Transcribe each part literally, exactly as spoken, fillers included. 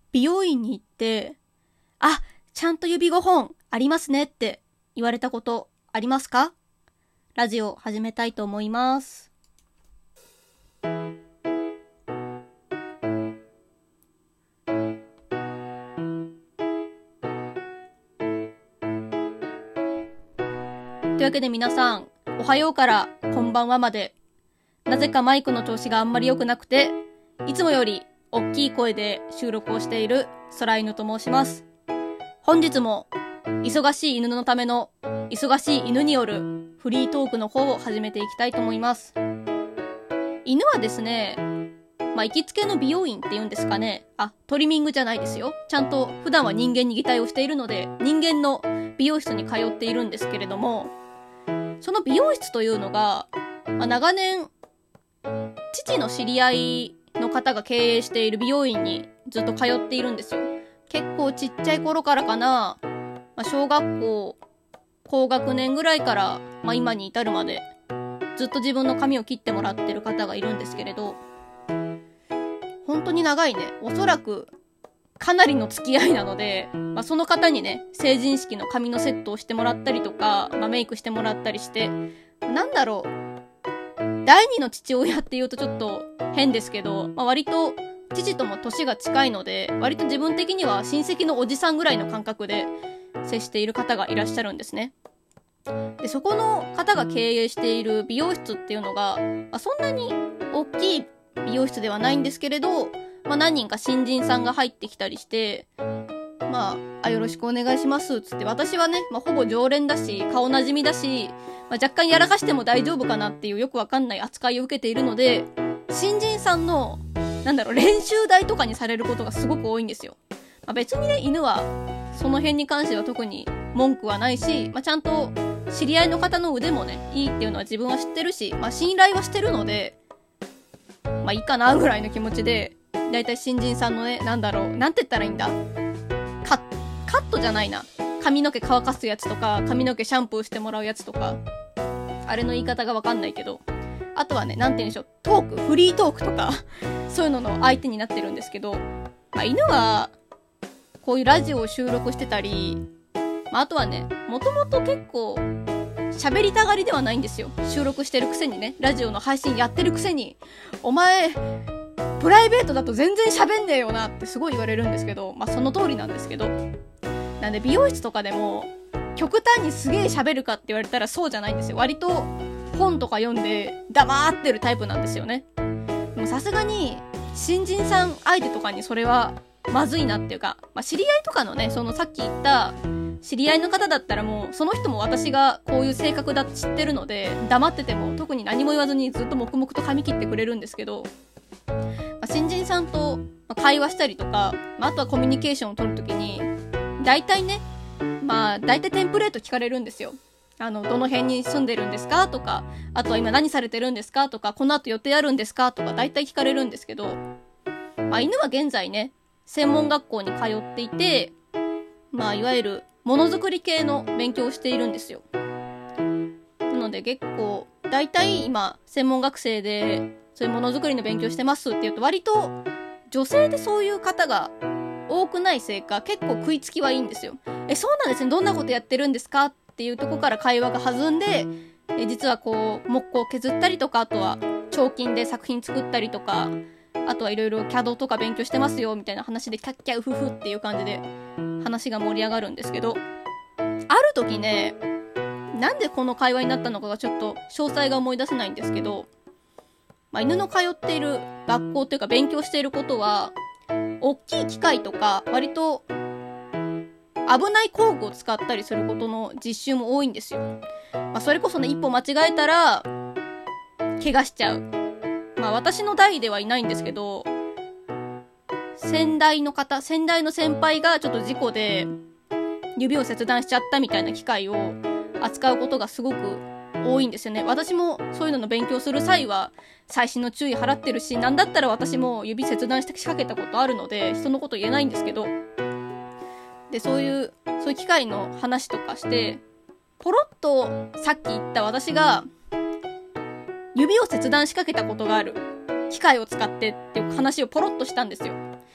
美容院に行って、あ、ちゃんと指ごほんありますねって言われたことありますか？ラジオ始めたいと思います。というわけで皆さん、おはようからこんばんはまで、なぜかマイクの調子があんまり良くなくて、いつもより大きい声で収録をしている空犬と申します。本日も忙しい犬のための忙しい犬によるフリートークの方を始めていきたいと思います。犬はですね、まあ行きつけの美容院って言うんですかね。あ、トリミングじゃないですよ。ちゃんと普段は人間に擬態をしているので、人間の美容室に通っているんですけれども、その美容室というのが、まあ、長年父の知り合いの方が経営している美容院にずっと通っているんですよ。結構ちっちゃい頃からかな、まあ、小学校高学年ぐらいから、まあ、今に至るまでずっと自分の髪を切ってもらってる方がいるんですけれど、本当に長いね。おそらくかなりの付き合いなので、まあ、その方にね、成人式の髪のセットをしてもらったりとか、まあ、メイクしてもらったりして、なんだろう、第二の父親って言うとちょっと変ですけど、まあ、割と父とも年が近いので、割と自分的には親戚のおじさんぐらいの感覚で接している方がいらっしゃるんですね。で、そこの方が経営している美容室っていうのが、まあ、そんなに大きい美容室ではないんですけれど、まあ、何人か新人さんが入ってきたりして、まあ、あ、よろしくお願いしますつって、私はね、まあ、ほぼ常連だし、顔なじみだし、まあ、若干やらかしても大丈夫かなっていうよくわかんない扱いを受けているので、新人さんのなんだろう、練習台とかにされることがすごく多いんですよ。まあ、別にね、犬はその辺に関しては特に文句はないし、まあ、ちゃんと知り合いの方の腕もね、いいっていうのは自分は知ってるし、まあ、信頼はしてるので、まあいいかなぐらいの気持ちで、だいたい新人さんのね、なんだろう、なんて言ったらいいんだ、カッカットじゃないな、髪の毛乾かすやつとか、髪の毛シャンプーしてもらうやつとか、あれの言い方がわかんないけど、あとはね、なんて言うんでしょう、トーク、フリートークとかそういうのの相手になってるんですけど、まあ、犬はこういうラジオを収録してたり、まあ、あとはね、もともと結構喋りたがりではないんですよ。収録してるくせにね、ラジオの配信やってるくせに、お前プライベートだと全然喋んねえよなってすごい言われるんですけど、まあその通りなんですけど、なんで美容室とかでも極端にすげえ喋るかって言われたらそうじゃないんですよ。割と本とか読んで黙ってるタイプなんですよね。でもさすがに新人さん相手とかにそれはまずいなっていうか、まあ、知り合いとかのね、そのさっき言った知り合いの方だったらもうその人も私がこういう性格だって知ってるので、黙ってても特に何も言わずにずっと黙々と髪切ってくれるんですけど、まあ、新人さんと会話したりとか、まあ、あとはコミュニケーションを取るときに大体ね、まあ大体テンプレート聞かれるんですよ。あの、どの辺に住んでるんですかとか、あとは今何されてるんですかとか、この後予定あるんですかとか、大体聞かれるんですけど、まあ、犬は現在ね、専門学校に通っていて、まあ、いわゆるものづくり系の勉強をしているんですよ。なので結構、大体今、専門学生で、そういうものづくりの勉強してますって言うと、割と、女性でそういう方が多くないせいか、結構食いつきはいいんですよ。え、そうなんですね。どんなことやってるんですかっていうところから会話が弾んで、え実はこう木工削ったりとか、あとは彫金で作品作ったりとか、あとはいろいろ キャド とか勉強してますよみたいな話でキャッキャウフフっていう感じで話が盛り上がるんですけど、ある時ね、なんでこの会話になったのかがちょっと詳細が思い出せないんですけど、まあ、犬の通っている学校というか勉強していることは、大きい機械とか割と危ない工具を使ったりすることの実習も多いんですよ。まあ、それこそね、一歩間違えたら怪我しちゃう。まあ私の代ではいないんですけど、先代の方、先代の先輩がちょっと事故で指を切断しちゃったみたいな機械を扱うことがすごく多いんですよね。私もそういうのの勉強する際は細心の注意払ってるし、なんだったら私も指切断して仕掛けたことあるので人のこと言えないんですけど、でそういうそういう機械の話とかして、ポロッとさっき言った私が指を切断しかけたことがある機械を使ってっていう話をポロッとしたんですよ。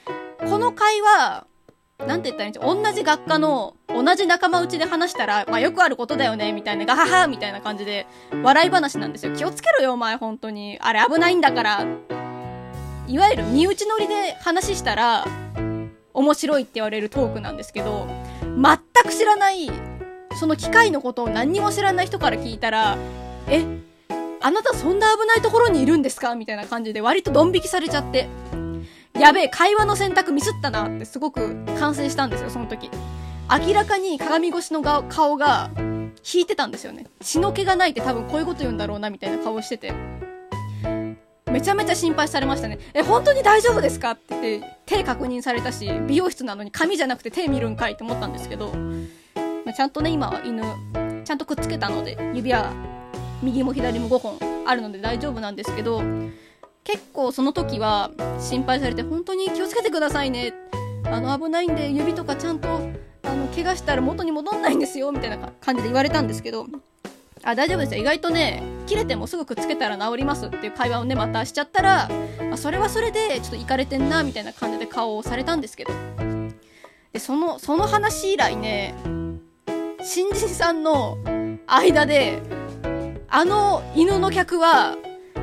この会話、なんて言ったらいいんですか、同じ学科の、同じ仲間内で話したら、まあよくあることだよね、みたいな、ガハハみたいな感じで、笑い話なんですよ。気をつけろよ、お前、本当に。あれ危ないんだから。いわゆる身内乗りで話したら、面白いって言われるトークなんですけど、全く知らない、その機械のことを何にも知らない人から聞いたら、え、あなたそんな危ないところにいるんですかみたいな感じで割とドン引きされちゃって、やべえ、会話の選択ミスったなってすごく反省したんですよ、その時。明らかに鏡越しの顔が引いてたんですよね。血の気がないって多分こういうこと言うんだろうなみたいな顔してて。めちゃめちゃ心配されましたね。え、本当に大丈夫ですかって言って、手確認されたし、美容室なのに髪じゃなくて手見るんかいって思ったんですけど、まあ、ちゃんとね、今は犬、ちゃんとくっつけたので、指は右も左もごほんあるので大丈夫なんですけど、結構その時は心配されて、本当に気をつけてくださいね。あの、危ないんで指とかちゃんと、あの、怪我したら元に戻んないんですよ、みたいな感じで言われたんですけど、あ、大丈夫ですよ。意外とね、切れてもすぐくっつけたら治りますっていう会話をね、またしちゃったら、まあ、それはそれで、ちょっとイカれてんな、みたいな感じで顔をされたんですけど。で、その、その話以来ね、新人さんの間で、あの犬の客は、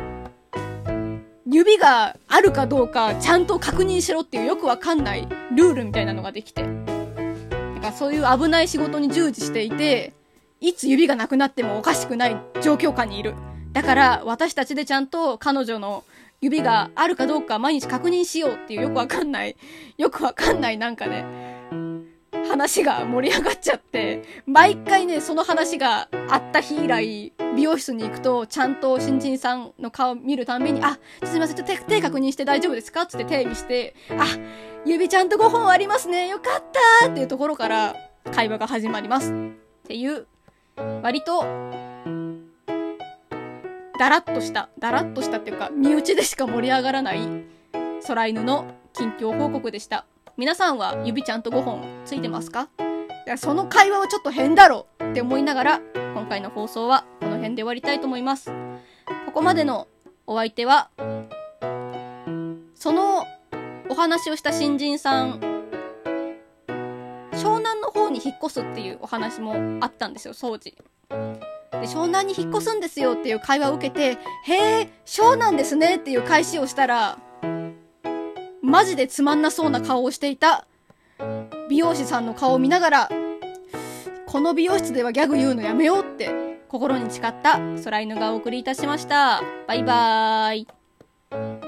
指があるかどうかちゃんと確認しろっていうよくわかんないルールみたいなのができて。だからそういう危ない仕事に従事していて、いつ指がなくなってもおかしくない状況下にいる。だから私たちでちゃんと彼女の指があるかどうか毎日確認しようっていうよくわかんない、よくわかんないなんかね、話が盛り上がっちゃって、毎回ね、その話があった日以来、美容室に行くと、ちゃんと新人さんの顔見るたんびに、あ、すいません、ちょっと手、手確認して大丈夫ですかつって手見して、あ、指ちゃんとごほんありますね、よかったっていうところから会話が始まります。っていう、割と、だらっとした、だらっとしたっていうか、身内でしか盛り上がらない空犬の近況報告でした。皆さんは指ちゃんとごほんついてますか？いや、その会話はちょっと変だろって思いながら、今回の放送はこの辺で終わりたいと思います。ここまでのお相手は、そのお話をした新人さん、湘南の方に引っ越すっていうお話もあったんですよ、当時。で、湘南に引っ越すんですよっていう会話を受けて、へー、湘南ですねっていう返しをしたら、マジでつまんなそうな顔をしていた美容師さんの顔を見ながら、この美容室ではギャグ言うのやめようって心に誓った空犬がお送りいたしました。バイバーイ。